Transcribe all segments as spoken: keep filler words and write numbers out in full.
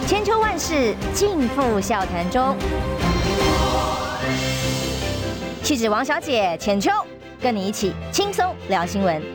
千秋万世尽付笑谈中。气质王小姐浅秋，跟你一起轻松聊新闻。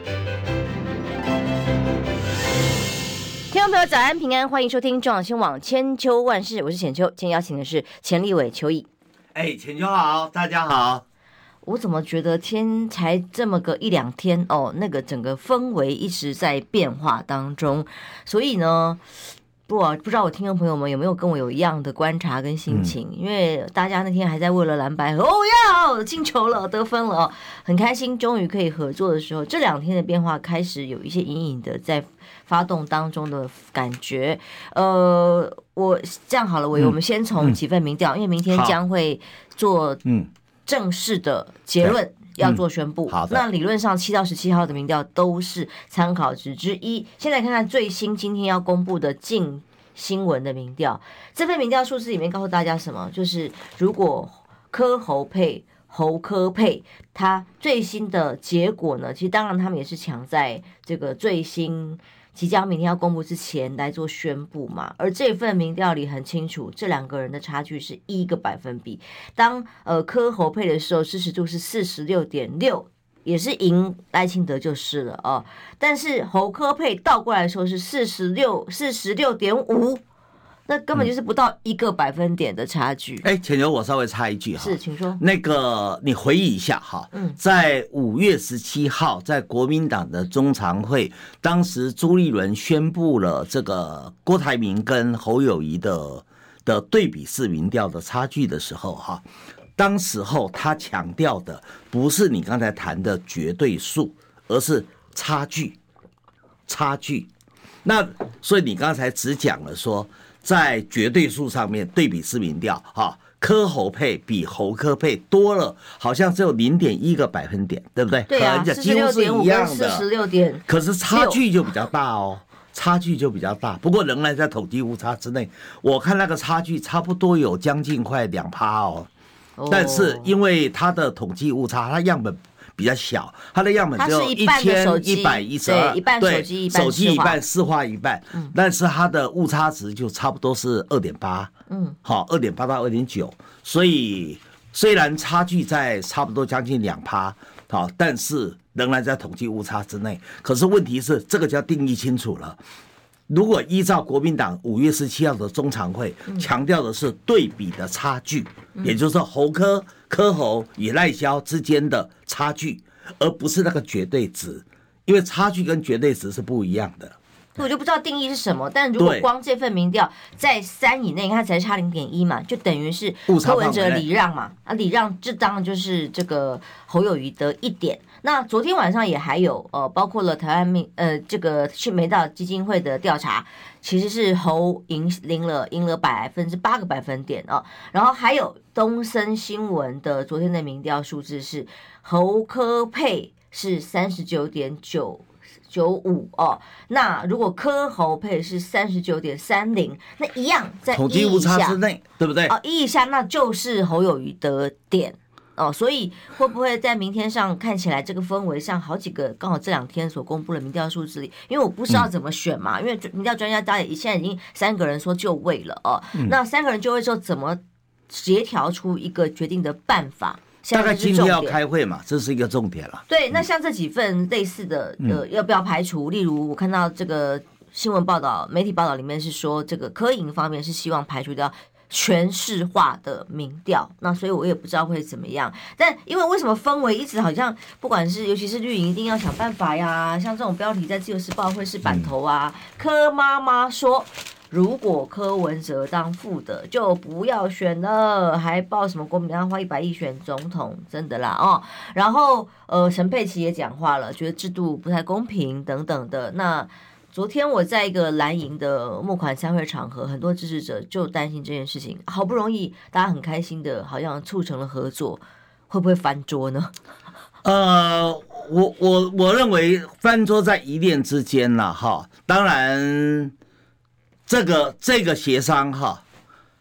听众朋友早安平安，欢迎收听中广新闻网千秋万世，我是浅秋。今天邀请的是钱立伟邱毅。 哎，浅秋好，大家好。 我怎么觉得天才这么个一两天哦，那个整个氛围一直在变化当中，所以呢，不不知道我听众朋友们有没有跟我有一样的观察跟心情？嗯、因为大家那天还在为了蓝白合，哦要进球了，得分了哦，很开心，终于可以合作的时候，这两天的变化开始有一些隐隐的在发动当中的感觉。呃，我这样好了，伟、嗯，我们先从几份民调、嗯，因为明天将会做嗯。正式的结论要做宣布、嗯、好的，那理论上七到十七号的民调都是参考值之一。现在看看最新今天要公布的镜新闻的民调，这份民调数字里面告诉大家什么？就是如果柯侯配侯柯配，它最新的结果呢，其实当然他们也是抢在这个最新即将明天要公布之前来做宣布嘛，而这份民调里很清楚，这两个人的差距是一个百分比。当呃柯侯配的时候，支持度是四十六点六，也是赢赖清德就是了哦。但是侯柯配倒过来说是四十六四十六点五。那根本就是不到一个百分点的差距。 哎、嗯，浅秋，我稍微插一句哈， 是，请说。 那个，你回忆一下哈，嗯，在五月十七号，在国民党的中常会，当时朱立伦宣布了这个郭台铭跟侯友宜的的对比式民调的差距的时候哈，当时候他强调的不是你刚才谈的绝对数，而是差距，差距。那所以你刚才只讲了说，在绝对数上面对比式民调哈，柯侯配比侯柯配多了，好像只有零点一个百分点，对不对？ 对啊， 几乎是一样的。 四十六点， 可是差距就比较大哦，差距就比较大。不过仍然在统计误差之内，我看那个差距差不多有将近快两趴哦。但是因为它的统计误差，它样本比较小，它的样本只有一千一百一十二， 一半手机，一半手机一半，市话一半，嗯，但是它的误差值就差不多是二点八，嗯，好，二点八到二点九，所以虽然差距在差不多将近两趴，好，但是仍然在统计误差之内。可是问题是，这个就要定义清楚了。如果依照国民党五月十七号的中常会强调的是对比的差距，嗯、也就是侯柯柯侯与赖萧之间的差距，而不是那个绝对值，因为差距跟绝对值是不一样的。 我就不知道定义是什么，但如果光这份民调在三以内，它才差零点一嘛，就等于是柯文哲礼让嘛，啊，礼让这当然就是这个侯友宜得一点。那昨天晚上也还有呃，包括了台湾民呃这个去美岛基金会的调查，其实是侯赢赢了赢了百分之八个百分点啊、哦，然后还有东森新闻的昨天的民调数字是侯柯配是三十九点九。九五哦，那如果柯侯配是三十九点三零，那一样在统计误差之内，对不对？ 哦，一以下那就是侯友宜的点哦，所以会不会在明天上看起来这个氛围上，好几个刚好这两天所公布的民调数字里，因为我不知道怎么选嘛，嗯、因为民调专家大家现在已经三个人说就位了哦，嗯、那三个人就位之后怎么协调出一个决定的办法？ 大概今天要开会嘛，这是一个重点了。 对，那像这几份类似的，呃，要不要排除？例如，我看到这个新闻报道、媒体报道里面是说，这个柯营方面是希望排除掉全市化的民调，那所以我也不知道会怎么样。但因为为什么氛围一直好像，不管是尤其是绿营一定要想办法呀，像这种标题在自由时报会是版头啊，柯妈妈说。如果柯文哲当副的，就不要选了，还报什么国民党花一百亿选总统，真的啦哦。然后呃，陈佩琪也讲话了，觉得制度不太公平等等的。那昨天我在一个蓝营的募款参会场合，很多支持者就担心这件事情，好不容易大家很开心的，好像促成了合作，会不会翻桌呢？ 呃，我我我认为翻桌在一念之间啦，哈，当然。这个这个协商哈，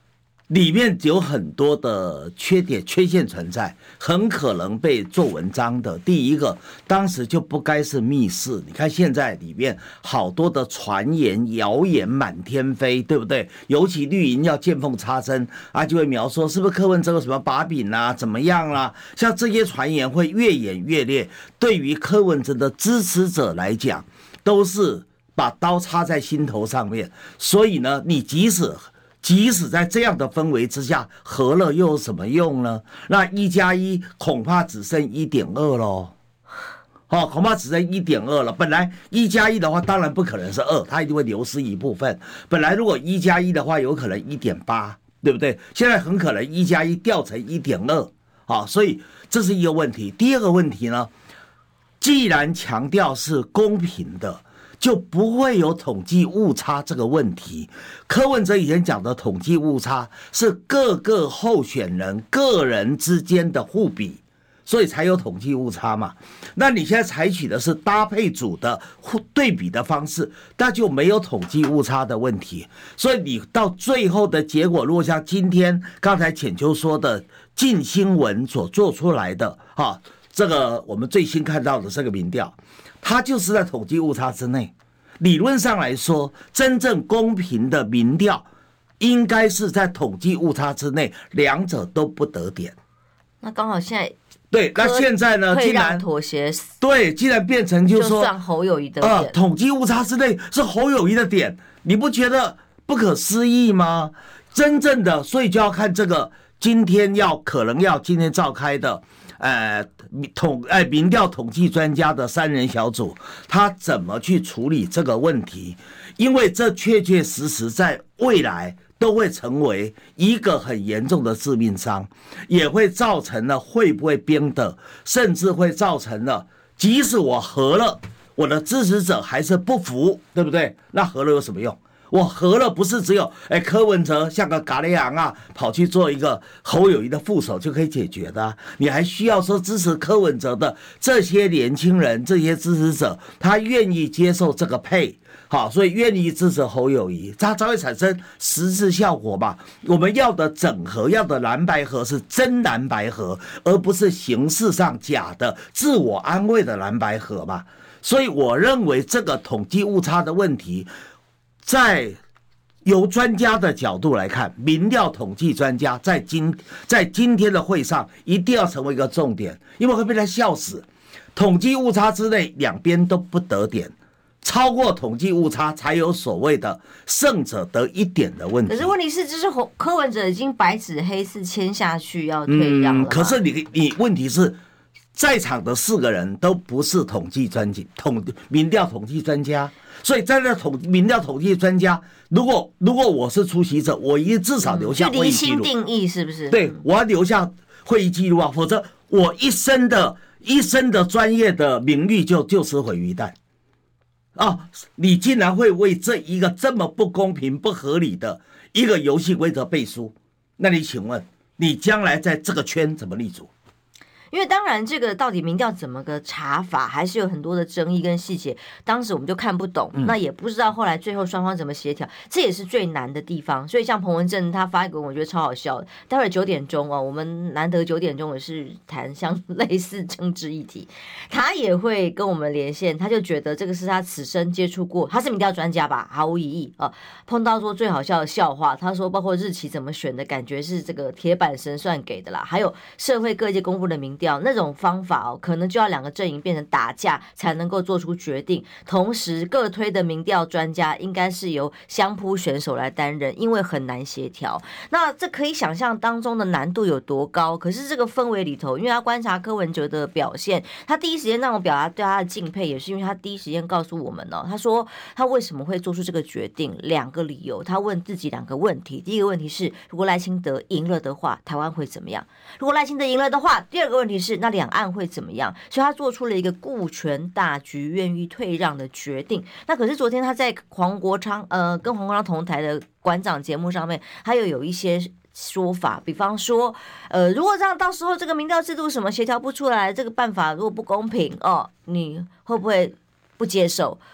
里面有很多的缺点、缺陷存在，很可能被做文章的。第一个，当时就不该是密室。你看现在里面好多的传言、谣言满天飞，对不对？尤其绿营要见缝插针啊，就会描述是不是柯文哲有什么把柄啊，怎么样啦、啊？像这些传言会越演越烈，对于柯文哲的支持者来讲，都是把刀插在心头上面。所以呢，你即使即使在这样的氛围之下，和了又有什么用呢？那一加一恐怕只剩一点二喽，哦，恐怕只剩一点二了。本来一加一的话，当然不可能是二，它一定会流失一部分。本来如果一加一的话，有可能一点八，对不对？现在很可能一加一掉成一点二，好，所以这是一个问题。第二个问题呢，既然强调是公平的，就不会有统计误差这个问题。柯文哲以前讲的统计误差是各个候选人个人之间的互比，所以才有统计误差嘛。那你现在采取的是搭配组的对比的方式，那就没有统计误差的问题。所以你到最后的结果，如果像今天刚才浅秋说的镜新闻所做出来的哈，这个我们最新看到的这个民调，它就是在统计误差之内。理论上来说，真正公平的民调应该是在统计误差之内，两者都不得点。 那刚好现在对，那现在呢？竟然妥协， 对，竟然变成就是说， 就算侯友宜的点， 呃，统计误差之内是侯友宜的点，你不觉得不可思议吗？真正的，所以就要看这个今天要可能要今天召开的。呃，统呃民调统计专家的三人小组，他怎么去处理这个问题？因为这确确实实在未来都会成为一个很严重的致命伤，也会造成了会不会编的，甚至会造成了，即使我和了，我的支持者还是不服，对不对？那和了有什么用？我和了不是只有哎柯文哲像个咖喱羊啊，跑去做一个侯友宜的副手就可以解决的、啊，你还需要说支持柯文哲的这些年轻人、这些支持者，他愿意接受这个配，好，所以愿意支持侯友宜，它才会产生实质效果吧。我们要的整合，要的蓝白合是真蓝白合，而不是形式上假的自我安慰的蓝白合嘛。所以我认为这个统计误差的问题，在由专家的角度来看，民调统计专家在今在今天的会上一定要成为一个重点，因为会被他笑死。统计误差之内，两边都不得点，超过统计误差才有所谓的胜者得一点的问题。 可是问题是，这是柯文哲已经白纸黑字签下去要退让了、嗯。 可是你你问题是，在场的四个人都不是统计专家、统民调统计专家。所以在这统民调统计专家，如果如果我是出席者，我一定至少留下会议记录。 就厘清定义是不是？ 对，我要留下会议记录啊，否则我一生的一生的专业的名誉就就此毁于一旦。啊，你竟然会为这一个这么不公平、不合理的一个游戏规则背书，那你请问，你将来在这个圈怎么立足？ 因为当然，这个到底民调怎么个查法，还是有很多的争议跟细节。当时我们就看不懂，嗯、那也不知道后来最后双方怎么协调，这也是最难的地方。所以像彭文正他发一个文，我觉得超好笑的。待会儿九点钟哦，我们难得九点钟也是谈像类似政治议题，他也会跟我们连线。他就觉得这个是他此生接触过，他是民调专家吧，毫无疑义啊。碰到说最好笑的笑话，他说包括日期怎么选的，感觉是这个铁板神算给的啦，还有社会各界公布的民调那种方法哦，可能就要两个阵营变成打架才能够做出决定。同时，各推的民调专家应该是由相扑选手来担任，因为很难协调。那这可以想象当中的难度有多高。可是这个氛围里头，因为他观察柯文哲的表现，他第一时间让我表达对他的敬佩，也是因为他第一时间告诉我们哦，他说他为什么会做出这个决定，两个理由。他问自己两个问题，第一个问题是，如果赖清德赢了的话，台湾会怎么样？如果赖清德赢了的话，第二个问题是，那两岸会怎么样？所以他做出了一个顾全大局、愿意退让的决定。那可是昨天他在黄国昌呃跟黄国昌同台的馆长节目上面，他又有一些说法，比方说，呃，如果这样到时候这个民调制度什么协调不出来，这个办法如果不公平哦，你会不会不接受？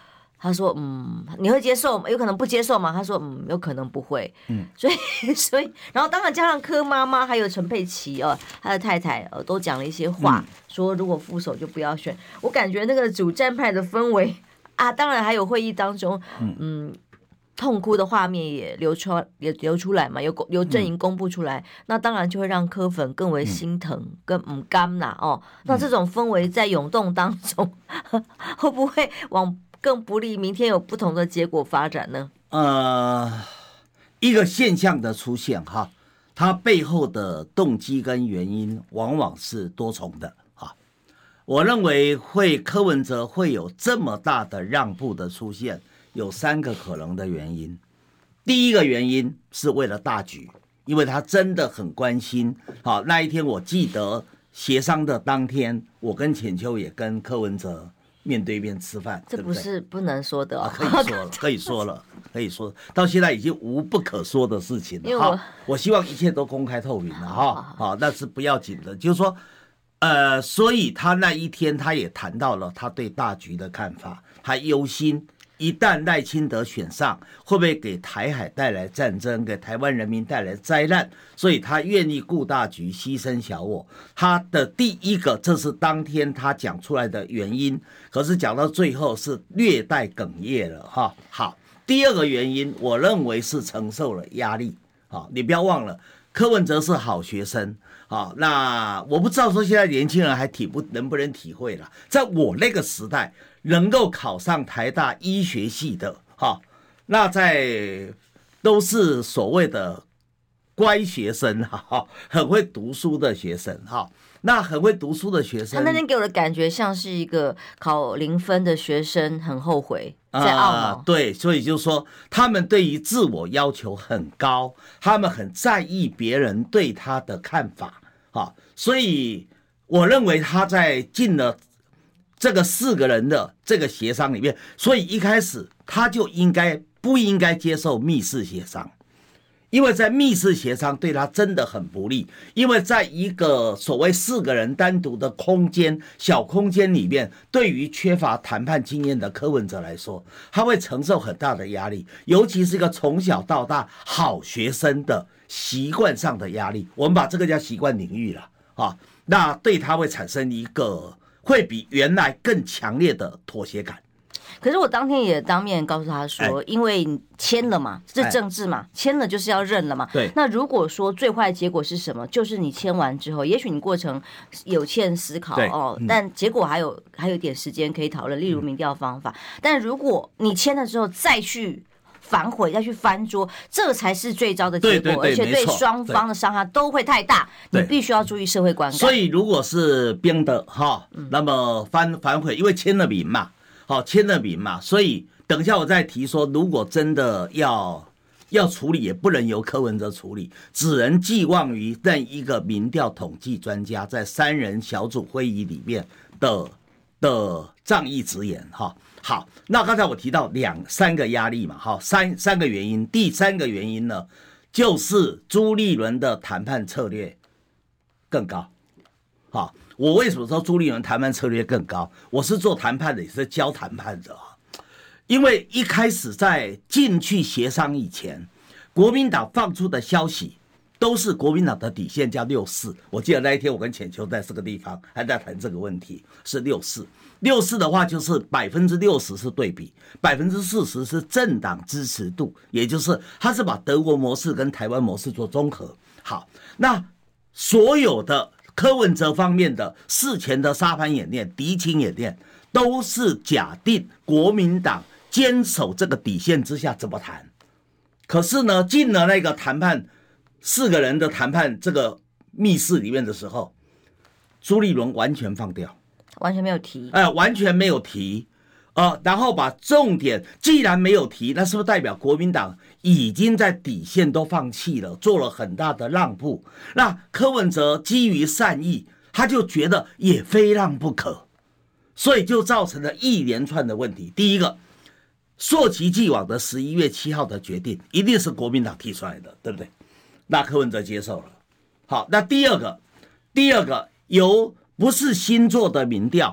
他说嗯，你会接受吗？有可能不接受吗？他说嗯，有可能不会。嗯，所以所以，然后当然加上柯妈妈还有陈佩琪哦，他的太太呃都讲了一些话，嗯、说如果副手就不要选。我感觉那个主战派的氛围啊，当然还有会议当中，嗯。嗯痛哭的画面也流出也流出来嘛，由由阵营公布出来，嗯、那当然就会让柯粉更为心疼，嗯、更唔甘啦哦。那这种氛围在涌动当中，嗯、会不会往更不利，明天有不同的结果发展呢？ 呃，一个现象的出现哈，它背后的动机跟原因往往是多重的哈。我认为会柯文哲会有这么大的让步的出现。有三个可能的原因，第一个原因是为了大局，因为他真的很关心。好，那一天我记得协商的当天，我跟浅秋也跟柯文哲面对面吃饭， 这不是不能说的、哦啊、可以说了，可以说了，可以说，到现在已经无不可说的事情了。 因为我我希望一切都公开透明了哈，好，那是不要紧的，就是说，呃，所以他那一天他也谈到了他对大局的看法，他忧心。一旦赖清德选上，会不会给台海带来战争，给台湾人民带来灾难？所以他愿意顾大局，牺牲小我。他的第一个，这是当天他讲出来的原因，可是讲到最后是略带哽咽了哈。好，第二个原因，我认为是承受了压力。好，你不要忘了，柯文哲是好学生。好，那我不知道说现在年轻人还体不能不能体会了，在我那个时代。能够考上台大医学系的哈，那在都是所谓的乖学生哈，很会读书的学生哈。那很会读书的学生， 他那天给我的感觉像是一个考零分的学生，很后悔，在懊恼、 呃。对，所以就是说，他们对于自我要求很高，他们很在意别人对他的看法哈。所以我认为他在进了。这个四个人的这个协商里面，所以一开始他就应该不应该接受密室协商，因为在密室协商对他真的很不利，因为在一个所谓四个人单独的空间小空间里面，对于缺乏谈判经验的柯文哲来说，他会承受很大的压力，尤其是一个从小到大好学生的习惯上的压力，我们把这个叫习惯领域了啊，那对他会产生一个。会比原来更强烈的妥协感。 可是我当天也当面告诉他说，因为签了嘛，这政治嘛，签了就是要认了嘛。 对。 那如果说最坏结果是什么？就是你签完之后，也许你过程有欠思考哦，嗯、但结果还有还有一点时间可以讨论，例如民调方法。嗯、但如果你签了之后再去。反悔再去翻桌，这才是最糟的结果， 对对对， 而且对双方的伤害都会太大，你必须要注意社会观感。 所以如果是冰的哈，那么反反悔，因为签了名嘛，好签了名嘛，所以等一下我再提说，如果真的要要处理，也不能由柯文哲处理，只能寄望于任一个民调统计专家在三人小组会议里面的的仗义直言哈。好，那刚才我提到两三个压力嘛，好，三三个原因，第三个原因呢，就是朱立伦的谈判策略更高。好，我为什么说朱立伦谈判策略更高？我是做谈判的，也是教谈判的啊。因为一开始在进去协商以前，国民党放出的消息都是国民党的底线，叫六四。我记得那一天我跟浅秋在这个地方还在谈这个问题，是六四。六四的话就是百分之六十是对比，百分之四十是政党支持度，也就是他是把德国模式跟台湾模式做综合。好，那所有的柯文哲方面的事前的沙盘演练、敌情演练，都是假定国民党坚守这个底线之下怎么谈。可是呢，进了那个谈判四个人的谈判这个密室里面的时候，朱立伦完全放掉。 完全没有提， 哎、呃，完全没有提，呃，然后把重点既然没有提，那是不是代表国民党已经在底线都放弃了，做了很大的让步？那柯文哲基于善意，他就觉得也非让不可，所以就造成了一连串的问题。第一个，溯及既往的十一月七号的决定，一定是国民党提出来的，对不对？那柯文哲接受了。好，那第二个，第二个由不是新做的民调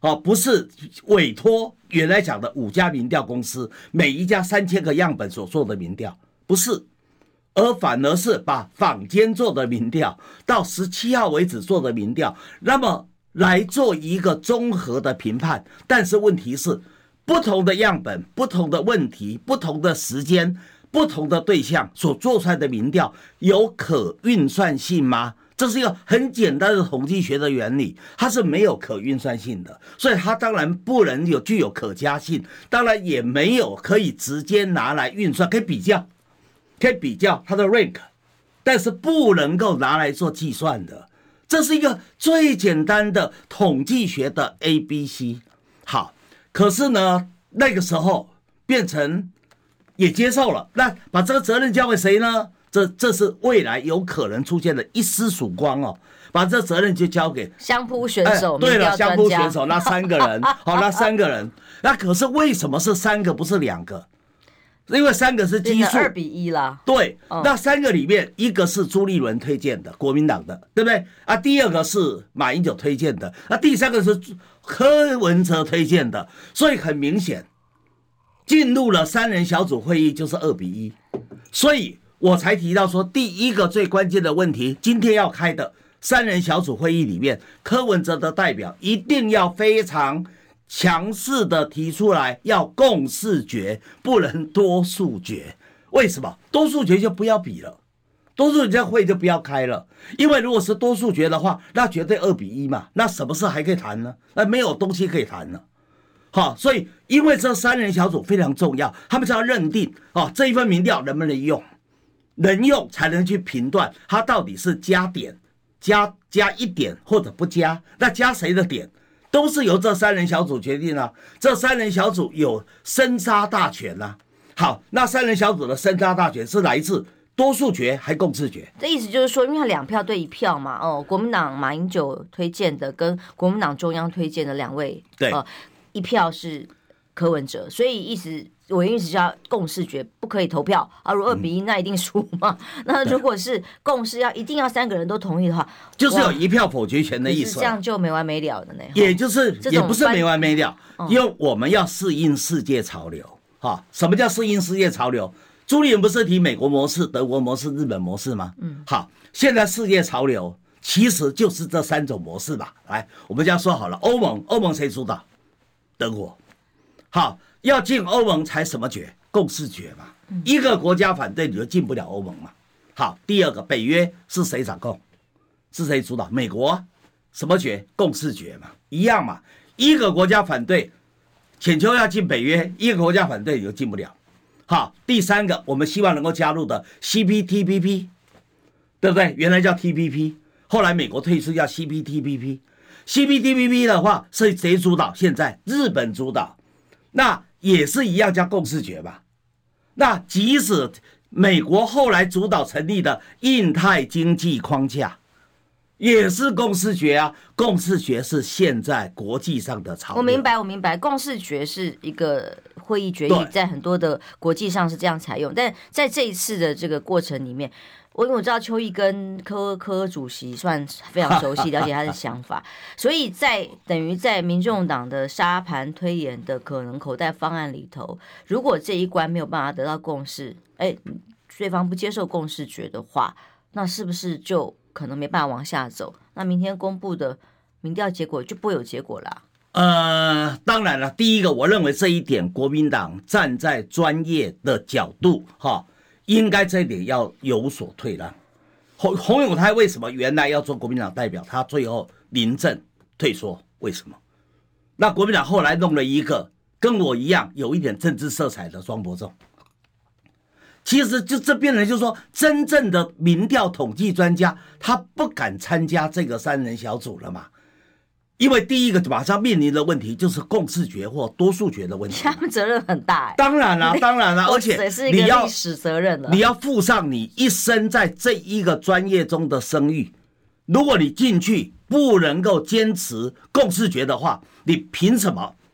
哦，不是委托原来讲的五家民调公司，每一家三千个样本所做的民调，不是，而反而是把坊间做的民调到十七号为止做的民调，那么来做一个综合的评判。但是问题是，不同的样本、不同的问题、不同的时间、不同的对象所做出来的民调有可运算性吗？这是一个很简单的统计学的原理，它是没有可运算性的，所以它当然不能有具有可加性，当然也没有可以直接拿来运算，可以比较，可以比较它的 rank， 但是不能够拿来做计算的。这是一个最简单的统计学的 A B C。 好，可是呢，那个时候变成也接受了，那把这个责任交给谁呢？这这是未来有可能出现的一丝曙光哦，把这责任就交给相扑选手、 哎、对了，相扑选手那三个人，好，那三个人，那可是为什么是三个不是两个？因为三个是基数， 二比一啦。 对、哦，那三个里面一个是朱立伦推荐的，国民党的，对不对啊？第二个是马英九推荐的，那第三个是柯文哲推荐的，所以很明显，进入了三人小组会议就是二比一，所以我才提到说，第一个最关键的问题，今天要开的三人小组会议里面，柯文哲的代表一定要非常强势的提出来，要共识决，不能多数决。为什么？多数决就不要比了，多数决会就不要开了，因为如果是多数决的话，那绝对二比一嘛，那什么事还可以谈呢？那没有东西可以谈了。好，所以因为这三人小组非常重要，他们是要认定哦，这一份民调能不能用。能用才能去评断它到底是加点加加一点或者不加，那加谁的点都是由这三人小组决定啊。这三人小组有生杀大权啊。好，那三人小组的生杀大权是来自多数决还共识决？ 这意思就是说，因为他两票对一票嘛，哦，国民党马英九推荐的跟国民党中央推荐的两位， 对， 呃，一票是柯文哲，所以意思。委员意思就要共识决，不可以投票啊！如果二比一，那一定输嘛。嗯、那如果是共识要一定要三个人都同意的话， 就是有一票否决权的意思。 这样就没完没了的呢。 也就是也不是没完没了，因为我们要适应世界潮流。哈，什么叫适应世界潮流？朱立伦不是提美国模式、德国模式、日本模式吗？嗯，好，现在世界潮流其实就是这三种模式吧。来，我们这样说好了，欧盟，欧盟谁主导？德国。好。要进欧盟才什么决？共识决嘛。一个国家反对你就进不了欧盟嘛。好，第二个北约是谁掌控？是谁主导？美国。什么决？共识决嘛，一样嘛。一个国家反对，请求要进北约，一个国家反对你就进不了。好，第三个我们希望能够加入的 C P T P P， 对不对？原来叫 T P P， 后来美国退出叫 C P T P P。C P T P P 的话是谁主导？现在日本主导。那也是一样叫共识决吧。那即使美国后来主导成立的印太经济框架，也是共识决啊。共识决是现在国际上的潮流。 我明白，我明白，共识决是一个会议决议，在很多的国际上是这样采用，但在这一次的这个过程里面。我因为我知道邱毅跟柯柯主席算非常熟悉，了解他的想法，所以在等于在民众党的沙盘推演的可能口袋方案里头，如果这一关没有办法得到共识，哎，对方不接受共识决的话，那是不是就可能没办法往下走？那明天公布的民调结果就不会有结果啦。 呃，当然了，第一个，我认为这一点国民党站在专业的角度，哈。应该这一点要有所退让。洪洪永泰为什么原来要做国民党代表，他最后临阵退缩？为什么？那国民党后来弄了一个跟我一样有一点政治色彩的庄伯仲。其实就这变成就是说，真正的民调统计专家他不敢参加这个三人小组了嘛。因为第一个马上面临的问题就是共识决或多数决的问题， 他们责任很大、欸。 当然啦，当然啦，而且你要历史责任了， 你要负上你一生在这一个专业中的声誉。如果你进去不能够坚持共识决的话，你凭什么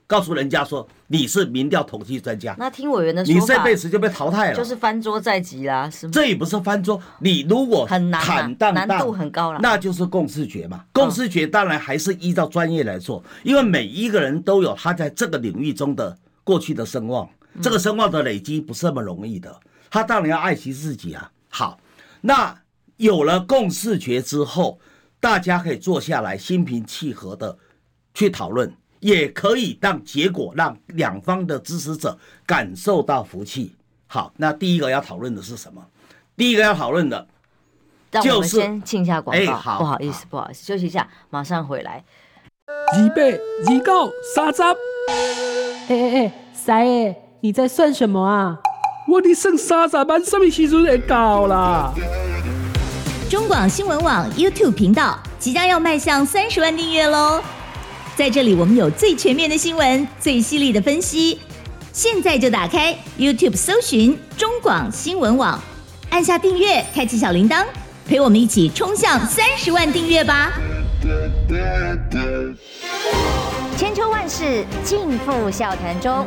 告诉人家说你是民调统计专家。 那听委员的说法， 你这辈子就被淘汰了， 就是翻桌在即啦，是吗？ 这也不是翻桌，你如果很难、啊， 坦荡荡， 难度很高了， 那就是共识决嘛。共识决当然还是依照专业来做，因为每一个人都有他在这个领域中的过去的声望，这个声望的累积不是那么容易的，他当然要爱惜自己啊。好，那有了共识决之后，大家可以坐下来心平气和的去讨论，也可以让结果让两方的支持者感受到福气。好，那第一个要讨论的是什么？第一个要讨论的就是，让我们先进一下广告。 哎，好， 不好意思，不好意思，休息一下，马上回来。 二八、二九、三十。 哎哎哎，三爷，你在算什么啊？ 我的算三十万，什么时阵会到啦？ 中广新闻网 YouTube 频道即将要迈向三十万订阅喽！在这里，我们有最全面的新闻，最犀利的分析。现在就打开 YouTube 搜寻中广新闻网，按下订阅，开启小铃铛，陪我们一起冲向三十万订阅吧！ 千秋万世尽付笑谈中。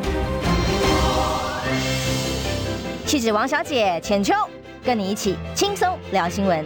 气质王小姐浅秋，跟你一起轻松聊新闻。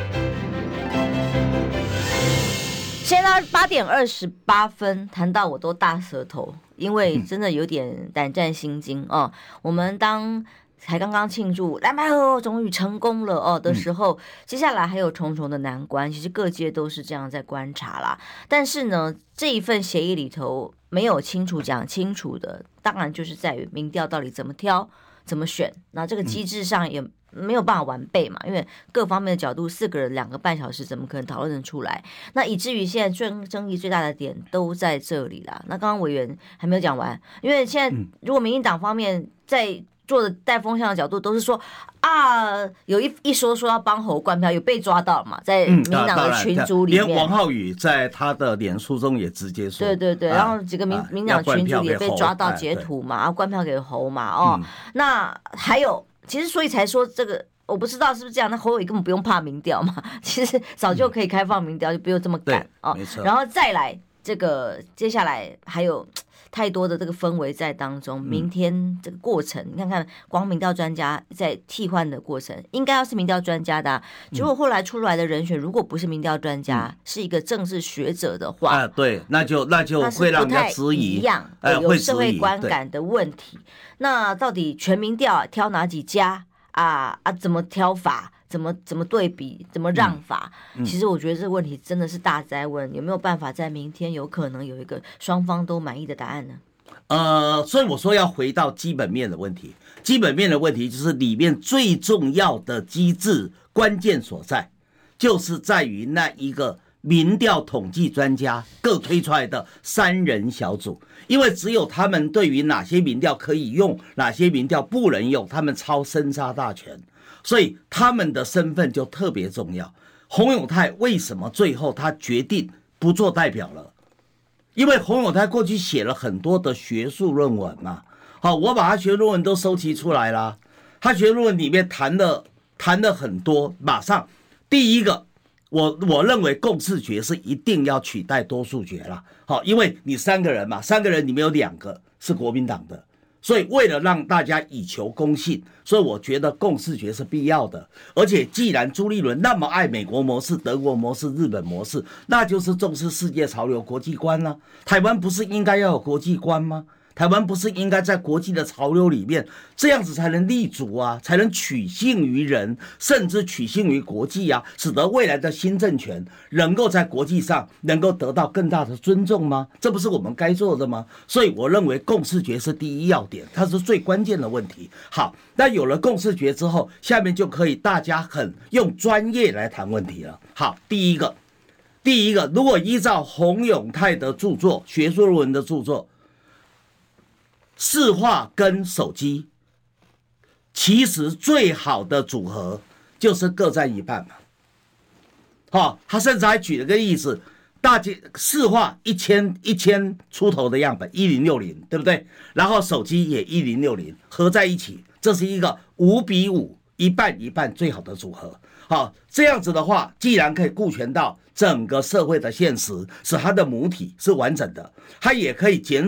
现在八点二十八分，谈到我都大舌头，因为真的有点胆战心惊哦。我们当才刚刚庆祝蓝白合终于成功了哦的时候，接下来还有重重的难关，其实各界都是这样在观察啦。但是呢，这一份协议里头没有清楚讲清楚的，当然就是在于民调到底怎么挑、怎么选，那这个机制上也没有办法完备嘛，因为各方面的角度，四个人两个半小时，怎么可能讨论得出来？那以至于现在争争议最大的点都在这里啦。那刚刚委员还没有讲完，因为现在如果民进党方面在做的带风向的角度，都是说啊，有一一说说要帮侯灌票，有被抓到嘛，在民进党的群组里面， 嗯啊、连王浩宇在他的脸书中也直接说， 对对对， 啊、 然后几个民、啊、民进党群组也被抓到截图嘛，然后灌票给侯嘛，哦，嗯、那还有。其实，所以才说这个，我不知道是不是这样。那侯友宜根本不用怕民调嘛，其实早就可以开放民调，就不用这么赶哦。 没错。 然后再来这个，接下来还有太多的这个氛围在当中。明天这个过程，你看看，光民调专家在替换的过程，应该要是民调专家的、啊，结果后来出来的人选，如果不是民调专家，嗯、是一个政治学者的话， 啊，对，那就那就会让人家质疑， 一样， 哎、 有社会观感的问题。那到底全民调挑哪几家啊啊？怎么挑法？怎么怎么对比？怎么让法？嗯嗯、其实我觉得这个问题真的是大哉问，有没有办法在明天有可能有一个双方都满意的答案呢？ 呃，所以我说要回到基本面的问题。基本面的问题就是里面最重要的机制关键所在，就是在于那一个民调统计专家各推出来的三人小组。因为只有他们对于哪些民调可以用，哪些民调不能用，他们操生杀大权，所以他们的身份就特别重要。洪永泰为什么最后他决定不做代表了？因为洪永泰过去写了很多的学术论文嘛，好，我把他学术论文都收集出来了。他学术论文里面谈了谈了很多，马上第一个。我我认为共识决是一定要取代多数决啦，好，因为你三个人嘛，三个人里面有两个是国民党的，所以为了让大家以求公信，所以我觉得共识决是必要的。而且既然朱立伦那么爱美国模式、德国模式、日本模式，那就是重视世界潮流、国际观啦。台湾不是应该要有国际观吗？台湾不是应该在国际的潮流里面，这样子才能立足啊，才能取信于人，甚至取信于国际啊，使得未来的新政权能够在国际上能够得到更大的尊重吗？这不是我们该做的吗？所以我认为共识决是第一要点，它是最关键的问题。好，那有了共识决之后，下面就可以大家很用专业来谈问题了。好，第一个，第一个，如果依照洪永泰的著作、学术论文的著作，市话跟手机，其实最好的组合就是各占一半嘛。好，他甚至还举了个例子，大街市话一千一千出头的样本一零六零，对不对？然后手机也一零六零，合在一起，这是一个五比五，一半一半最好的组合。好，这样子的话，既然可以顾全到整个社会的现实，使它的母体是完整的，它也可以减少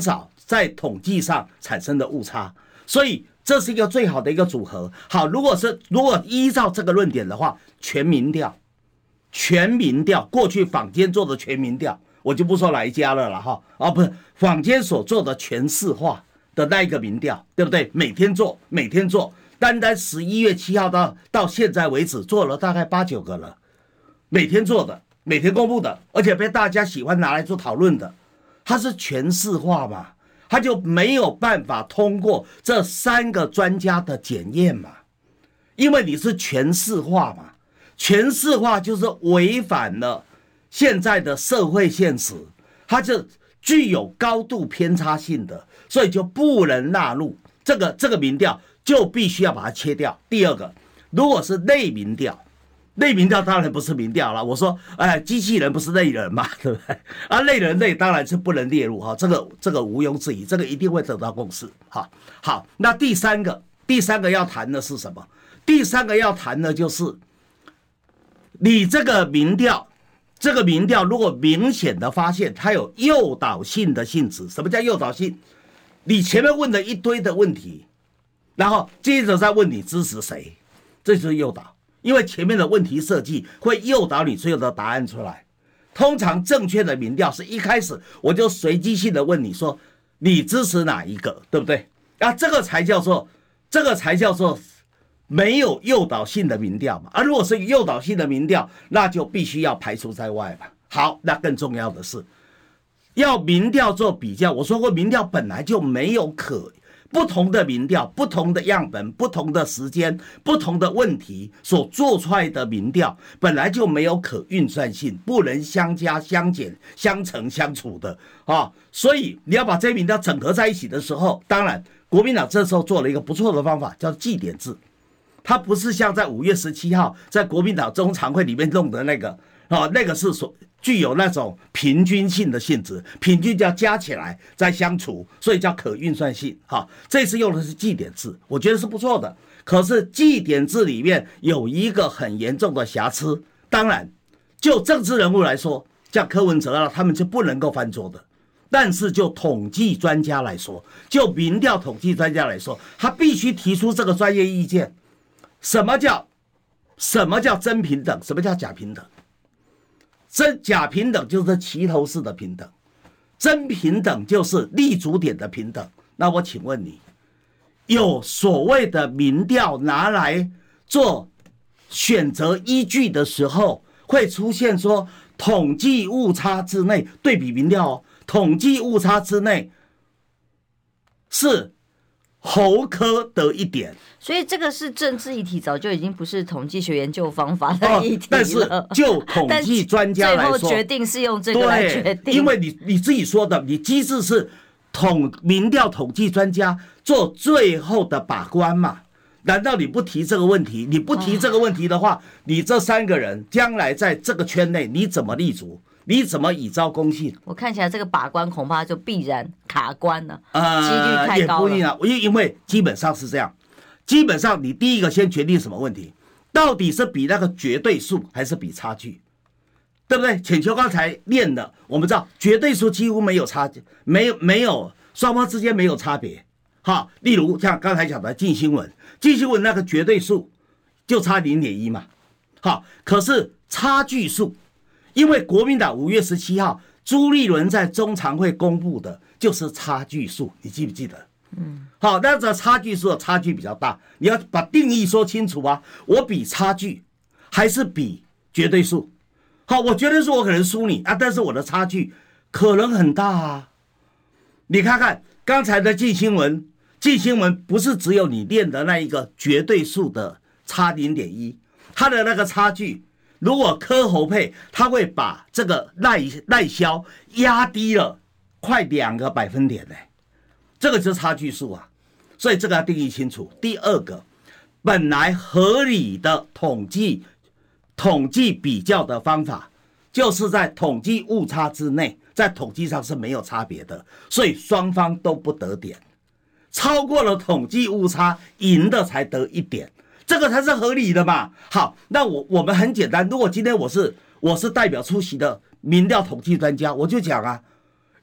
在统计上产生的误差，所以这是一个最好的一个组合。好，如果是如果依照这个论点的话，全民调，全民调，过去坊间做的全民调，我就不说哪一家了了哈，啊不是坊间所做的全市化的那一个民调，对不对？每天做，每天做，单单十一月七号到到现在为止，做了大概八九个了，每天做的，每天公布的，而且被大家喜欢拿来做讨论的，它是全市化嘛，它就没有办法通过这三个专家的检验嘛，因为你是全市化嘛，全市化就是违反了现在的社会现实，它就具有高度偏差性的，所以就不能纳入这个这个民调，就必须要把它切掉。第二个，如果是类民调，类民调当然不是民调了。我说，哎，机器人不是类人嘛，对不对？啊，类人类当然是不能列入哈，这个这个毋庸置疑，这个一定会得到共识。好，好，那第三个，第三个要谈的是什么？第三个要谈的就是你这个民调。这个民调如果明显的发现它有诱导性的性质，什么叫诱导性？你前面问了一堆的问题，然后接着再问你支持谁，这就是诱导。因为前面的问题设计会诱导你最后的答案出来。通常正确的民调是一开始我就随机性的问你说你支持哪一个，对不对？啊，这个才叫做这个才叫做没有诱导性的民调嘛，而、啊、如果是诱导性的民调，那就必须要排除在外嘛。好，那更重要的是要民调做比较。我说过，民调本来就没有可不同的民调、不同的样本、不同的时间、不同的问题所做出来的民调，本来就没有可运算性，不能相加、相减、相乘、相除的啊。所以你要把这些民调整合在一起的时候，当然国民党这时候做了一个不错的方法，叫绩点制。它不是像在五月十七号在国民党中常会里面弄的那个，哦，那个是所具有那种平均性的性质，平均就要加起来再相除，所以叫可运算性。哈，这次用的是绩点制，我觉得是不错的。可是绩点制里面有一个很严重的瑕疵，当然就政治人物来说，像柯文哲啊，他们是不能够翻桌的。但是就统计专家来说，就民调统计专家来说，他必须提出这个专业意见。什么叫什么叫真平等？什么叫假平等？真假平等就是齐头式的平等，真平等就是立足点的平等。那我请问你，有所谓的民调拿来做选择依据的时候，会出现说统计误差之内，对比民调哦，统计误差之内是侯柯得一点， 所以这个是政治议题，早就已经不是统计学研究方法的议题了。哦、 但是就统计专家来说， 最后决定是用这个来决定， 因为你你自己说的，你机制是统民调统计专家做最后的把关嘛？难道你不提这个问题？你不提这个问题的话，哦、你这三个人将来在这个圈内你怎么立足？你怎么以招公信？ 我看起来这个把关恐怕就必然卡关了，呃，几率太高了。 也不一定啊，因因为基本上是这样，基本上你第一个先决定什么问题，到底是比那个绝对数还是比差距，对不对？浅秋刚才念的，我们知道绝对数几乎没有差距，没有没有双方之间没有差别。哈，例如像刚才讲的镜新闻，镜新闻那个绝对数就差零点一嘛，好，可是差距数。因为国民党五月十七号朱立伦在中常会公布的就是差距数，你记不记得？嗯，好，那这差距数的差距比较大，你要把定义说清楚啊。我比差距还是比绝对数？好，我绝对数我可能输你啊，但是我的差距可能很大啊。你看看刚才的镜新闻，镜新闻不是只有你练的那一个绝对数的差零点一，它的那个差距。如果柯侯配，他会把这个赖赖萧压低了快两个百分点呢，这个就是差距数啊，所以这个要定义清楚。第二个，本来合理的统计统计比较的方法，就是在统计误差之内，在统计上是没有差别的，所以双方都不得点，超过了统计误差，赢的才得一点。这个才是合理的嘛。好，那我我们很简单，如果今天我是我是代表出席的民调统计专家，我就讲啊，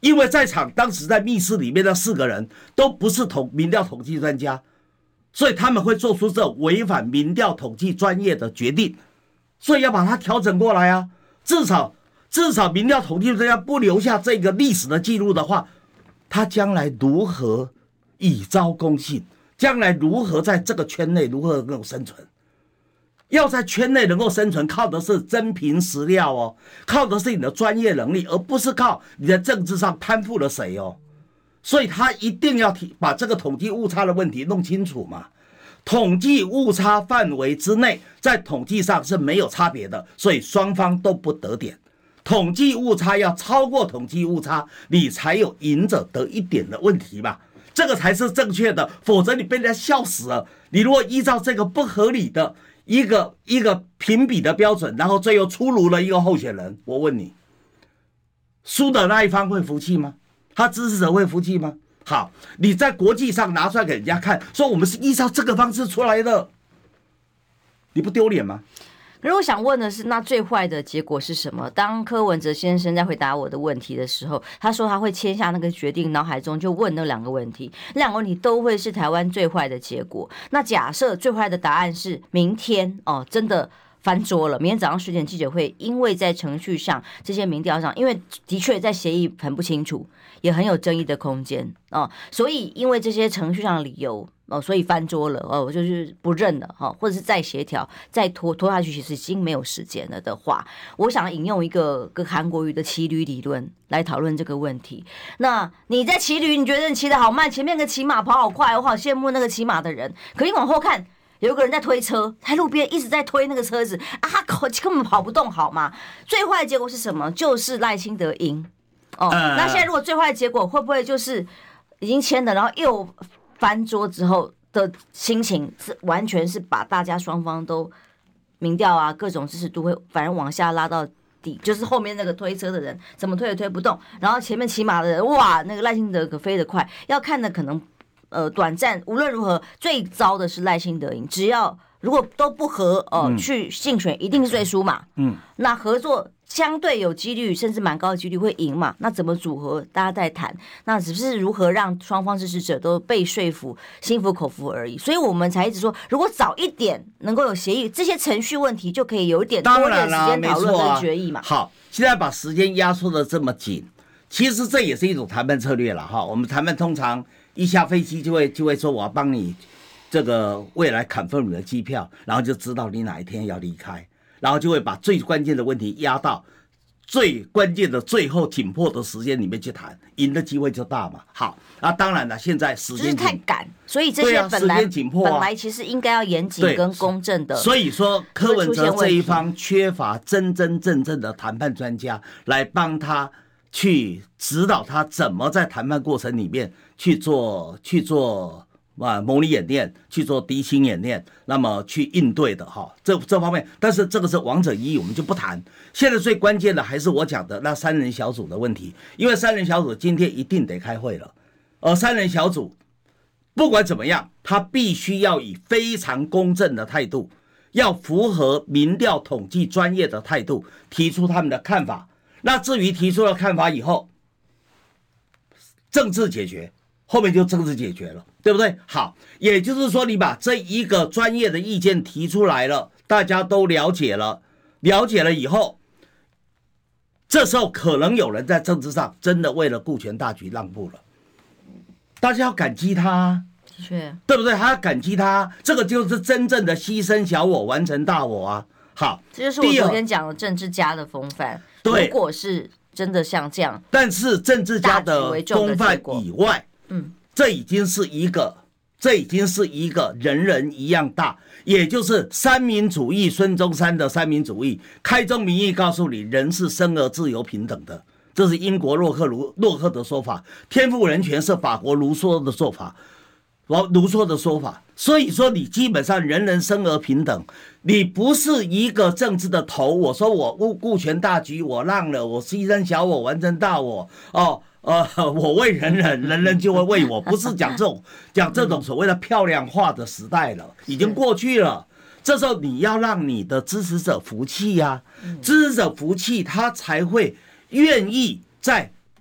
因为在场当时在密室里面的四个人都不是统民调统计专家，所以他们会做出这种违反民调统计专业的决定，所以要把它调整过来啊。至少至少民调统计专家不留下这个历史的记录的话，他将来如何以招公信？将来如何在这个圈内如何能够生存？要在圈内能够生存，靠的是真凭实料哦，靠的是你的专业能力，而不是靠你在政治上攀附了谁哦。所以他一定要把这个统计误差的问题弄清楚嘛。统计误差范围之内，在统计上是没有差别的，所以双方都不得点。统计误差要超过统计误差，你才有赢者得一点的问题嘛。这个才是正确的，否则你被人家笑死了。你如果依照这个不合理的一个一个评比的标准，然后最后出炉了一个候选人，我问你，输的那一方会服气吗？他支持者会服气吗？好，你在国际上拿出来给人家看，说我们是依照这个方式出来的，你不丢脸吗？ 可是我想问的是，那最坏的结果是什么？当柯文哲先生在回答我的问题的时候，他说他会签下那个决定，脑海中就问那两个问题，那两个问题都会是台湾最坏的结果。那假设最坏的答案是明天哦，真的翻桌了，明天早上十点记者会，因为在程序上这些民调上，因为的确在协议很不清楚，也很有争议的空间哦，所以因为这些程序上的理由。哦，所以翻桌了哦，我就是不认了哈，或者是再协调、再拖拖下去，其实已经没有时间了的话，我想引用一个跟韩国瑜的骑驴理论来讨论这个问题。那你在骑驴，你觉得你骑得好慢，前面个骑马跑好快，我好羡慕那个骑马的人。可你往后看，有一个人在推车，在路边一直在推那个车子啊，根本跑不动，好吗？最坏的结果是什么？就是赖清德赢哦。那现在如果最坏的结果会不会就是已经签了，然后又翻桌之后的心情是完全是把大家双方都民调啊各种支持度会反而往下拉到底，就是后面那个推车的人怎么推也推不动，然后前面骑马的人哇，那个赖清德可飞得快，要看的可能呃短暂，无论如何最糟的是赖清德赢，只要如果都不合呃、嗯、去竞选一定是最输嘛，嗯，那合作相对有几率，甚至蛮高的几率会赢嘛？那怎么组合？大家在谈，那只是如何让双方支持者都被说服、心服口服而已。所以我们才一直说，如果早一点能够有协议，这些程序问题就可以有一点多点时间讨论跟决议嘛。 啊、好，现在把时间压缩的这么紧，其实这也是一种谈判策略了哈。我们谈判通常一下飞机就会就会说我要帮你这个未来confirm你的机票，然后就知道你哪一天要离开。然后就会把最关键的问题压到最关键的最后紧迫的时间里面去谈，赢的机会就大嘛。好，啊，当然了，现在时间就是太赶，所以这些本来、啊啊、本来其实应该要严谨跟公正的。 所以说，柯文哲这一方缺乏真真正正的谈判专家来帮他去指导他怎么在谈判过程里面去做去做。啊，模拟演练去做敌情演练，那么去应对的哈，这这方面，但是这个是王者一，我们就不谈。现在最关键的还是我讲的那三人小组的问题，因为三人小组今天一定得开会了，而三人小组不管怎么样，他必须要以非常公正的态度，要符合民调统计专业的态度提出他们的看法。那至于提出了看法以后，政治解决。后面就政治解决了，对不对？好，也就是说，你把这一个专业的意见提出来了，大家都了解了，了解了以后，这时候可能有人在政治上真的为了顾全大局让步了，大家要感激他， 的确， 对不对？还要感激他，这个就是真正的牺牲小我，完成大我啊！好， 这就是我昨天讲的政治家的风范。 对， 如果是真的像这样， 但是政治家的风范以外。嗯，这已经是一个，这已经是一个人人一样大，也就是三民主义，孙中山的三民主义，开宗明义告诉你，人是生而自由平等的，这是英国洛克卢洛克的说法，天赋人权是法国卢梭的做法，卢梭的说法。所以说，你基本上人人生而平等，你不是一个政治的头，我说我顾顾全大局，我让了，我牺牲小我，完成大我，哦。呃，我为人人，人人就会为我，不是讲这种讲这种所谓的漂亮话的时代了，已经过去了。这时候你要让你的支持者服气呀、啊，支持者服气，他才会愿意在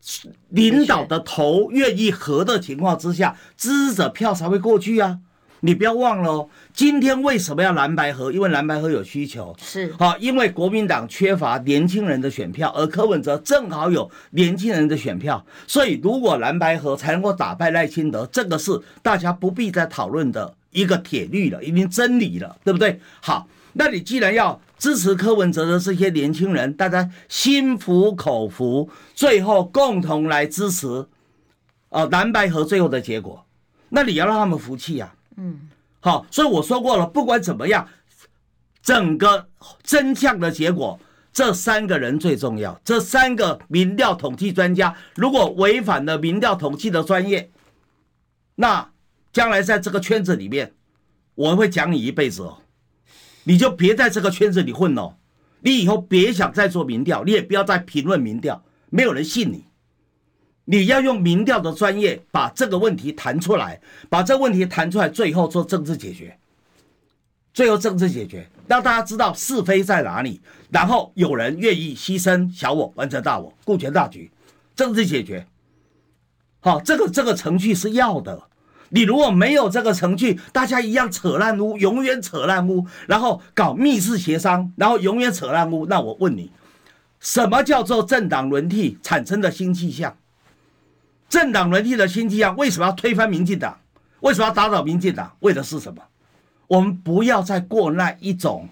领导的头愿意和的情况之下，支持者票才会过去啊。你不要忘了哦，今天为什么要蓝白合？因为蓝白合有需求， 是好，因为国民党缺乏年轻人的选票，而柯文哲正好有年轻人的选票，所以如果蓝白合才能够打败赖清德，这个是大家不必再讨论的一个铁律了，已经真理了，对不对？好，那你既然要支持柯文哲的这些年轻人，大家心服口服，最后共同来支持，呃，蓝白合最后的结果，那你要让他们服气啊。嗯，好，所以我说过了，不管怎么样，整个真相的结果，这三个人最重要。这三个民调统计专家，如果违反了民调统计的专业，那将来在这个圈子里面，我会讲你一辈子哦。你就别在这个圈子里混哦，你以后别想再做民调，你也不要再评论民调，没有人信你。你要用民调的专业把这个问题谈出来，把这个问题谈出来，最后做政治解决，最后政治解决，让大家知道是非在哪里，然后有人愿意牺牲小我完成大我，顾全大局，政治解决。好，这个这个程序是要的。你如果没有这个程序，大家一样扯烂屋，永远扯烂屋，然后搞密室协商，然后永远扯烂屋，那我问你，什么叫做政党轮替产生的新气象？政党轮替的新气象，为什么要推翻民进党？为什么要打倒民进党？为的是什么？我们不要再过那一种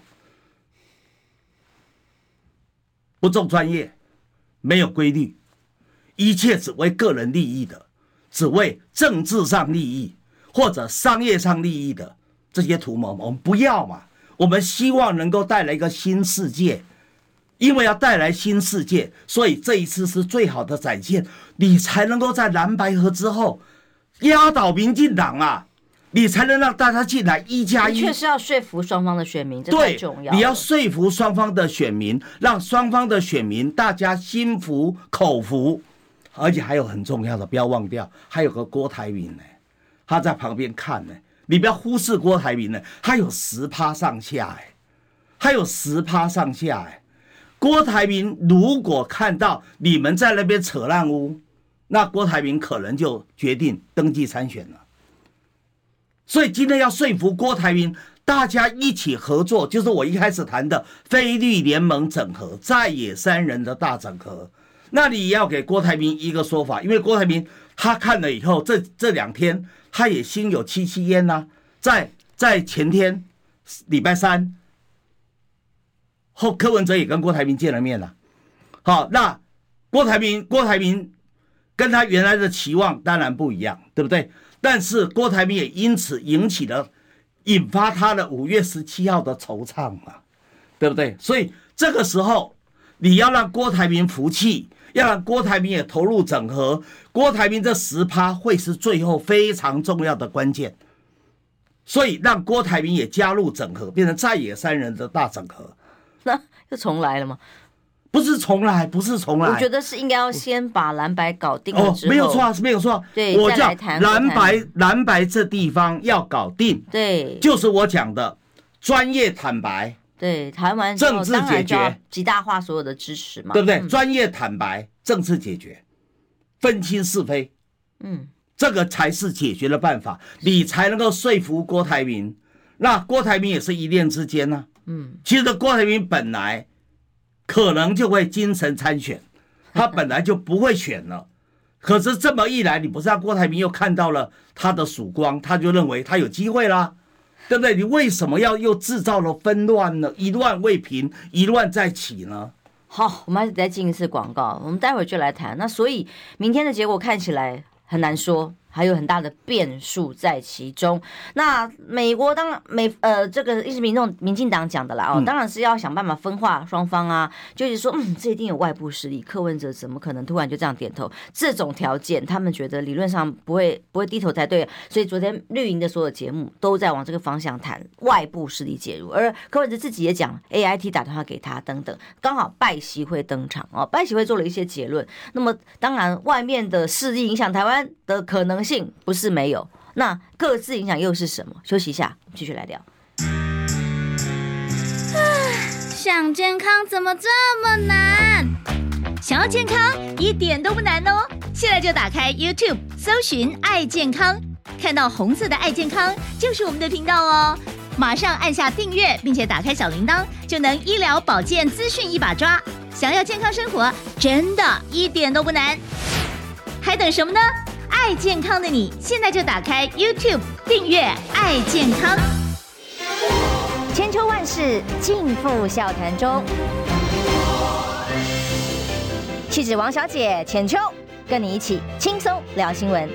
不重专业、没有规律、一切只为个人利益的，只为政治上利益或者商业上利益的这些图谋，我们不要嘛。我们希望能够带来一个新世界。因为要带来新世界，所以这一次是最好的展现，你才能够在蓝白合之后压倒民进党啊，你才能让大家进来一加一。 确实要说服双方的选民，这太重要了。 对，你要说服双方的选民，让双方的选民大家心服口服，而且还有很重要的，不要忘掉，还有个郭台铭呢，他在旁边看呢，你不要忽视郭台铭呢，他有十趴上下哎，他有十趴上下哎。郭台铭如果看到你们在那边扯烂屋，那郭台铭可能就决定登记参选了。所以今天要说服郭台铭，大家一起合作，就是我一开始谈的非绿联盟整合，在野三人的大整合。那你也要给郭台铭一个说法，因为郭台铭他看了以后，这这两天他也心有戚戚焉呐。在在前天礼拜三。后柯文哲也跟郭台铭见了面了，好，那郭台铭郭台铭跟他原来的期望当然不一样，对不对？但是郭台铭也因此引起了引发他的五月十七号的惆怅嘛，对不对？所以这个时候你要让郭台铭服气，要让郭台铭也投入整合，郭台铭这十趴会是最后非常重要的关键，所以让郭台铭也加入整合，变成在野三人的大整合。 那又重来了吗？ 不是重来，不是重来。 我觉得是应该要先把蓝白搞定了之后， 哦，没有错，没有错。 对， 我讲蓝白谈蓝白这地方要搞定， 对， 就是我讲的专业坦白。 对，谈完政治解决， 极大化所有的支持嘛， 对不对？ 嗯、 专业坦白，政治解决，分清是非， 嗯， 这个才是解决的办法，你才能够说服郭台铭。那郭台铭也是一念之间呢、啊。 嗯， 其实郭台铭本来可能就会精神参选，他本来就不会选了。可是这么一来，你不是让郭台铭又看到了他的曙光，他就认为他有机会啦，对不对？你为什么要又制造了纷乱呢？一乱未平，一乱再起呢？ 好，我们还是再进一次广告，我们待会儿就来谈。那所以明天的结果看起来很难说。还有很大的变数在其中。那美国当然美呃这个一直民众民进党讲的啦哦，当然是要想办法分化双方啊，就是说嗯这一定有外部势力，柯文哲怎么可能突然就这样点头？这种条件他们觉得理论上不会不会低头才对，所以昨天绿营的所有节目都在往这个方向谈外部势力介入，而柯文哲自己也讲 A I T 打电话给他等等，刚好拜习会登场哦，拜习会做了一些结论。那么当然外面的势力影响台湾的可能性不是没有，那各自影响又是什么？休息一下，继续来聊。 想健康怎么这么难？ 想要健康一点都不难哦，现在就打开 YouTube 搜寻爱健康，看到红色的爱健康就是我们的频道哦，马上按下订阅，并且打开小铃铛，就能医疗保健资讯一把抓。想要健康生活，真的一点都不难，还等什么呢？爱健康的你，现在就打开 YouTube 订阅爱健康。 千秋万世尽付笑谈中。气质王小姐浅秋，跟你一起轻松聊新闻。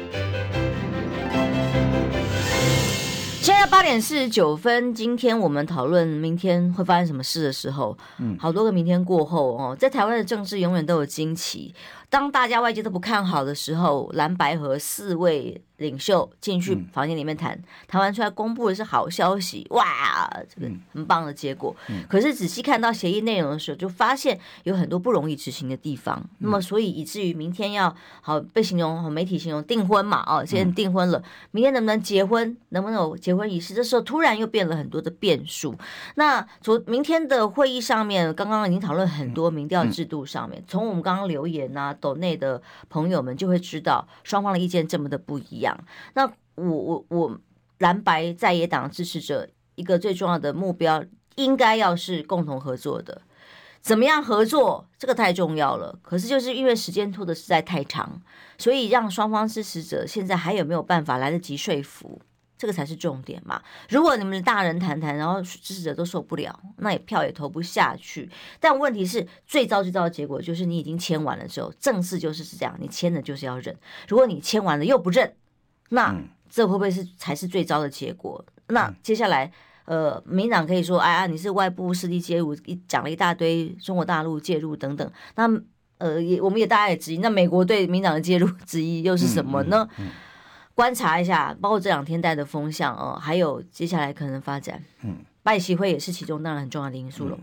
现在八点四十九分，今天我们讨论明天会发生什么事的时候，嗯，好多个明天过后哦，在台湾的政治永远都有惊奇。当大家外界都不看好的时候，蓝白合四位领袖进去房间里面谈，谈完出来公布的是好消息，哇，这个很棒的结果。嗯、可是仔细看到协议内容的时候，就发现有很多不容易执行的地方。嗯、那么，所以以至于明天要好被形容，好媒体形容订婚嘛，哦，现在订婚了，明天能不能结婚，能不能有结婚仪式？这时候突然又变了很多的变数。那昨明天的会议上面，刚刚已经讨论很多民调制度上面，从我们刚刚留言啊。斗内的朋友们就会知道双方的意见这么的不一样。那我我我蓝白在野党支持者一个最重要的目标应该要是共同合作的，怎么样合作这个太重要了。可是就是因为时间拖得实在太长，所以让双方支持者现在还有没有办法来得及说服？这个才是重点嘛！如果你们大人谈谈，然后支持者都受不了，那也票也投不下去。但问题是，最糟最糟的结果就是你已经签完了之后，正式就是这样，你签了就是要认。如果你签完了又不认，那这会不会是才是最糟的结果？那接下来，呃，民党可以说，哎呀，你是外部势力介入，讲了一大堆中国大陆介入等等。那呃，也我们也大家也质疑，那美国对民党的介入质疑又是什么呢？嗯嗯嗯观察一下，包括这两天带的风向哦，还有接下来可能发展，嗯，拜习会也是其中当然很重要的因素了。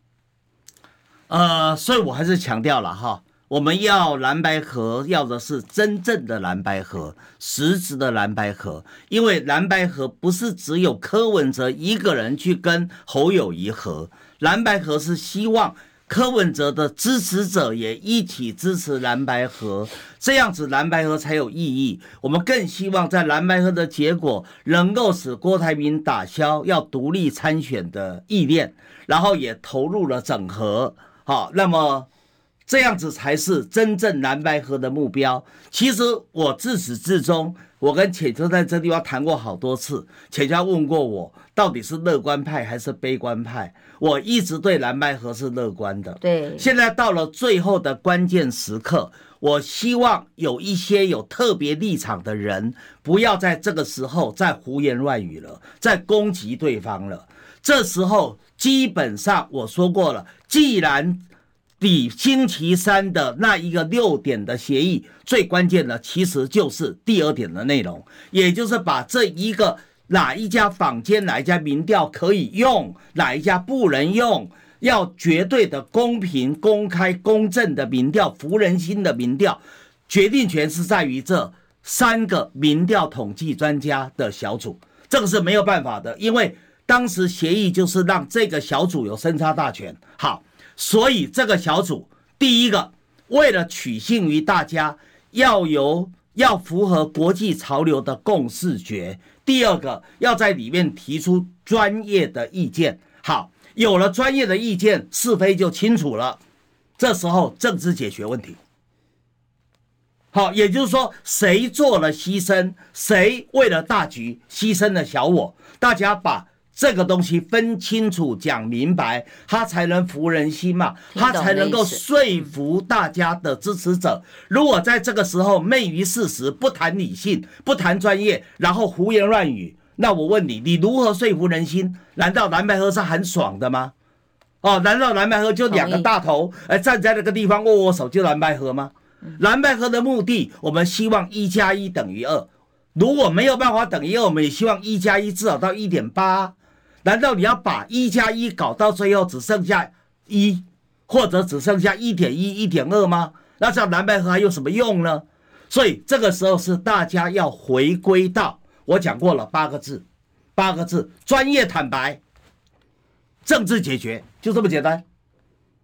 呃，所以我还是强调了哈，我们要蓝白合，要的是真正的蓝白合，实质的蓝白合，因为蓝白合不是只有柯文哲一个人去跟侯友宜合，蓝白合是希望柯文哲的支持者也一起支持蓝白合，这样子蓝白合才有意义。我们更希望在蓝白合的结果能够使郭台铭打消要独立参选的意念，然后也投入了整合。好，那么这样子才是真正蓝白合的目标。其实我自始至终，我跟浅秋在这地方谈过好多次，浅秋问过我到底是乐观派还是悲观派，我一直对蓝白合是乐观的。 对， 现在到了最后的关键时刻，我希望有一些有特别立场的人，不要在这个时候再胡言乱语了，再攻击对方了。这时候基本上我说过了，既然比星期三的那一个六点的协议最关键的其实就是第二点的内容，也就是把这一个哪一家坊间哪一家民调可以用，哪一家不能用，要绝对的公平公开公正的民调，服人心的民调，决定权是在于这三个民调统计专家的小组，这个是没有办法的，因为当时协议就是让这个小组有生杀大权。好，所以这个小组第一个为了取信于大家，要由要符合国际潮流的共识决，第二个要在里面提出专业的意见。好，有了专业的意见，是非就清楚了，这时候政治解决问题。好，也就是说谁做了牺牲，谁为了大局牺牲了小我，大家把这个东西分清楚讲明白，他才能服人心嘛，他才能够说服大家的支持者。如果在这个时候昧于事实，不谈理性，不谈专业，然后胡言乱语，那我问你，你如何说服人心？难道蓝白合是很爽的吗？哦，难道蓝白合就两个大头哎站在那个地方握握手就蓝白合吗？蓝白合的目的，我们希望一加一等于二，如果没有办法等于二，我们也希望一加一至少到 一点八。难道你要把一加一搞到最后只剩下一，或者只剩下 一点一、一点二 吗？那这样蓝白合还有什么用呢？所以这个时候是大家要回归到我讲过了八个字，八个字：专业、坦白、政治解决，就这么简单。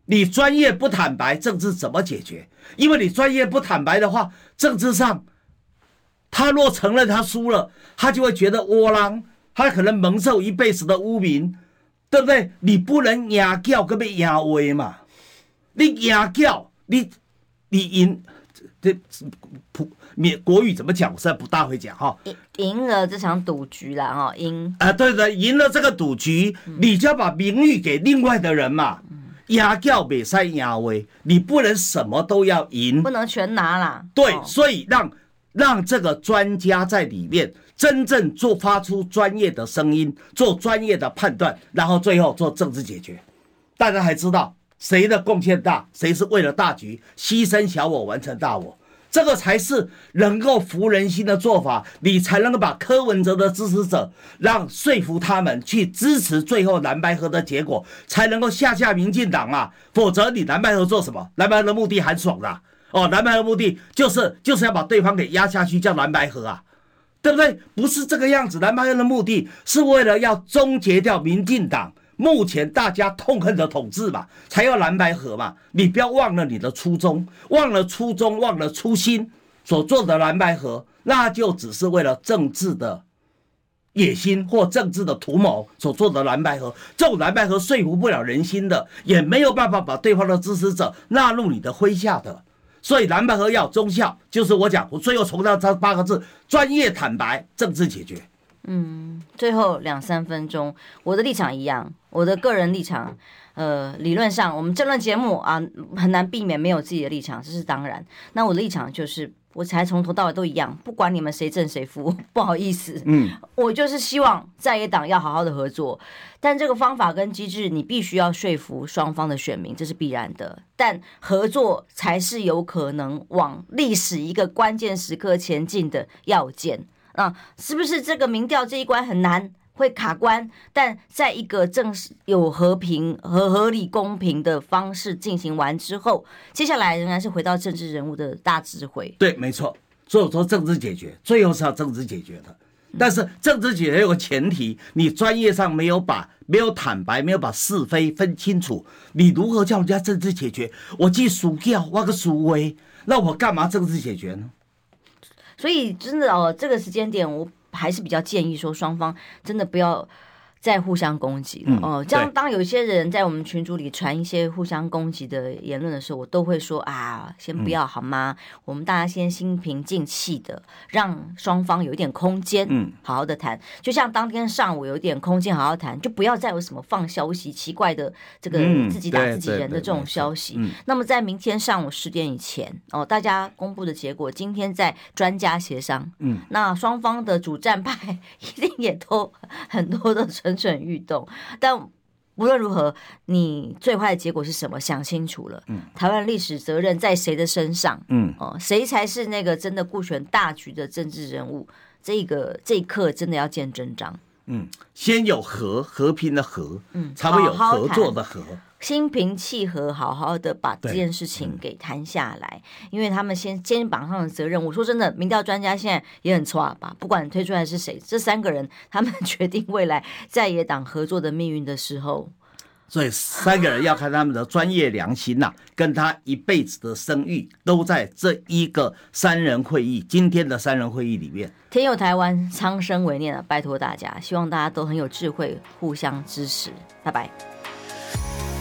你专业不坦白，政治怎么解决？因为你专业不坦白的话，政治上他若承认他输了，他就会觉得窝囊，他可能蒙受一辈子的污名，对不对？你不能赢叫跟被赢话嘛，你赢叫你你赢，这普国语怎么讲？我实在不大会讲哈。 赢了这场赌局啦，哈，赢啊，对对，赢了这个赌局，嗯、你就要把名誉给另外的人嘛。压叫比赛压威，你不能什么都要赢， 不能全拿啦。 对， 哦、 所以让让这个专家在里面真正做发出专业的声音，做专业的判断，然后最后做政治解决。大家还知道谁的贡献大，谁是为了大局牺牲小我完成大我。这个才是能够服人心的做法，你才能够把柯文哲的支持者让说服他们去支持最后蓝白合的结果，才能够下架民进党啊！否则你蓝白合做什么？蓝白合的目的很爽的、啊、哦，蓝白合的目的就是就是要把对方给压下去，叫蓝白合啊，对不对？不是这个样子，蓝白合的目的是为了要终结掉民进党目前大家痛恨的统治嘛，才要蓝白合嘛。你不要忘了你的初衷，忘了初衷，忘了初心所做的蓝白合，那就只是为了政治的野心或政治的图谋所做的蓝白合。这种蓝白合说服不了人心的，也没有办法把对方的支持者纳入你的麾下的。所以蓝白合要有忠效，就是我讲，我最后重到这八个字：专业、坦白、政治解决。 嗯，最后两三分钟，我的立场一样，我的个人立场，呃，理论上我们政论节目啊，很难避免没有自己的立场，这是当然。那我的立场就是，我才从头到尾都一样，不管你们谁正谁负，不好意思，嗯，我就是希望在野党要好好的合作，但这个方法跟机制，你必须要说服双方的选民，这是必然的。但合作才是有可能往历史一个关键时刻前进的要件。啊，是不是这个民调这一关很难，会卡关？但在一个正有和平和合理公平的方式进行完之后，接下来仍然是回到政治人物的大智慧。 对，没错。所以我说政治解决，最后是要政治解决的。但是政治解决有个前提，你专业上没有把没有坦白，没有把是非分清楚，你如何叫人家政治解决？我既输掉，我个输威，那我干嘛政治解决呢？ 所以真的哦，这个时间点我还是比较建议说，双方真的不要再互相攻击了、嗯、哦。这样当有一些人在我们群组里传一些互相攻击的言论的时候，我都会说啊，先不要好吗？嗯、我们大家先心平静气的，让双方有一点空间，嗯，好好的谈。就像当天上午有一点空间好好谈，就不要再有什么放消息、奇怪的这个自己打自己人的这种消息。嗯、那么在明天上午十点以前哦，大家公布的结果，今天在专家协商，嗯，那双方的主战派一定也都很多的蠢蠢欲动，但无论如何，你最坏的结果是什么？想清楚了。嗯，台湾历史责任在谁的身上？嗯，哦，谁才是那个真的顾全大局的政治人物？这个这一刻真的要见真章。 嗯，先有和和平的和，嗯，才会有合作的和。 心平气和，好好的把这件事情给谈下来，因为他们先肩膀上的责任。我说真的，民调专家现在也很挫吧，不管推出来是谁，这三个人他们决定未来在野党合作的命运的时候， 所以三个人要看他们的专业良心呐、啊，跟他一辈子的声誉都在这一个三人会议，今天的三人会议里面。 天佑台湾，苍生为念啊！拜托大家，希望大家都很有智慧，互相支持。拜拜。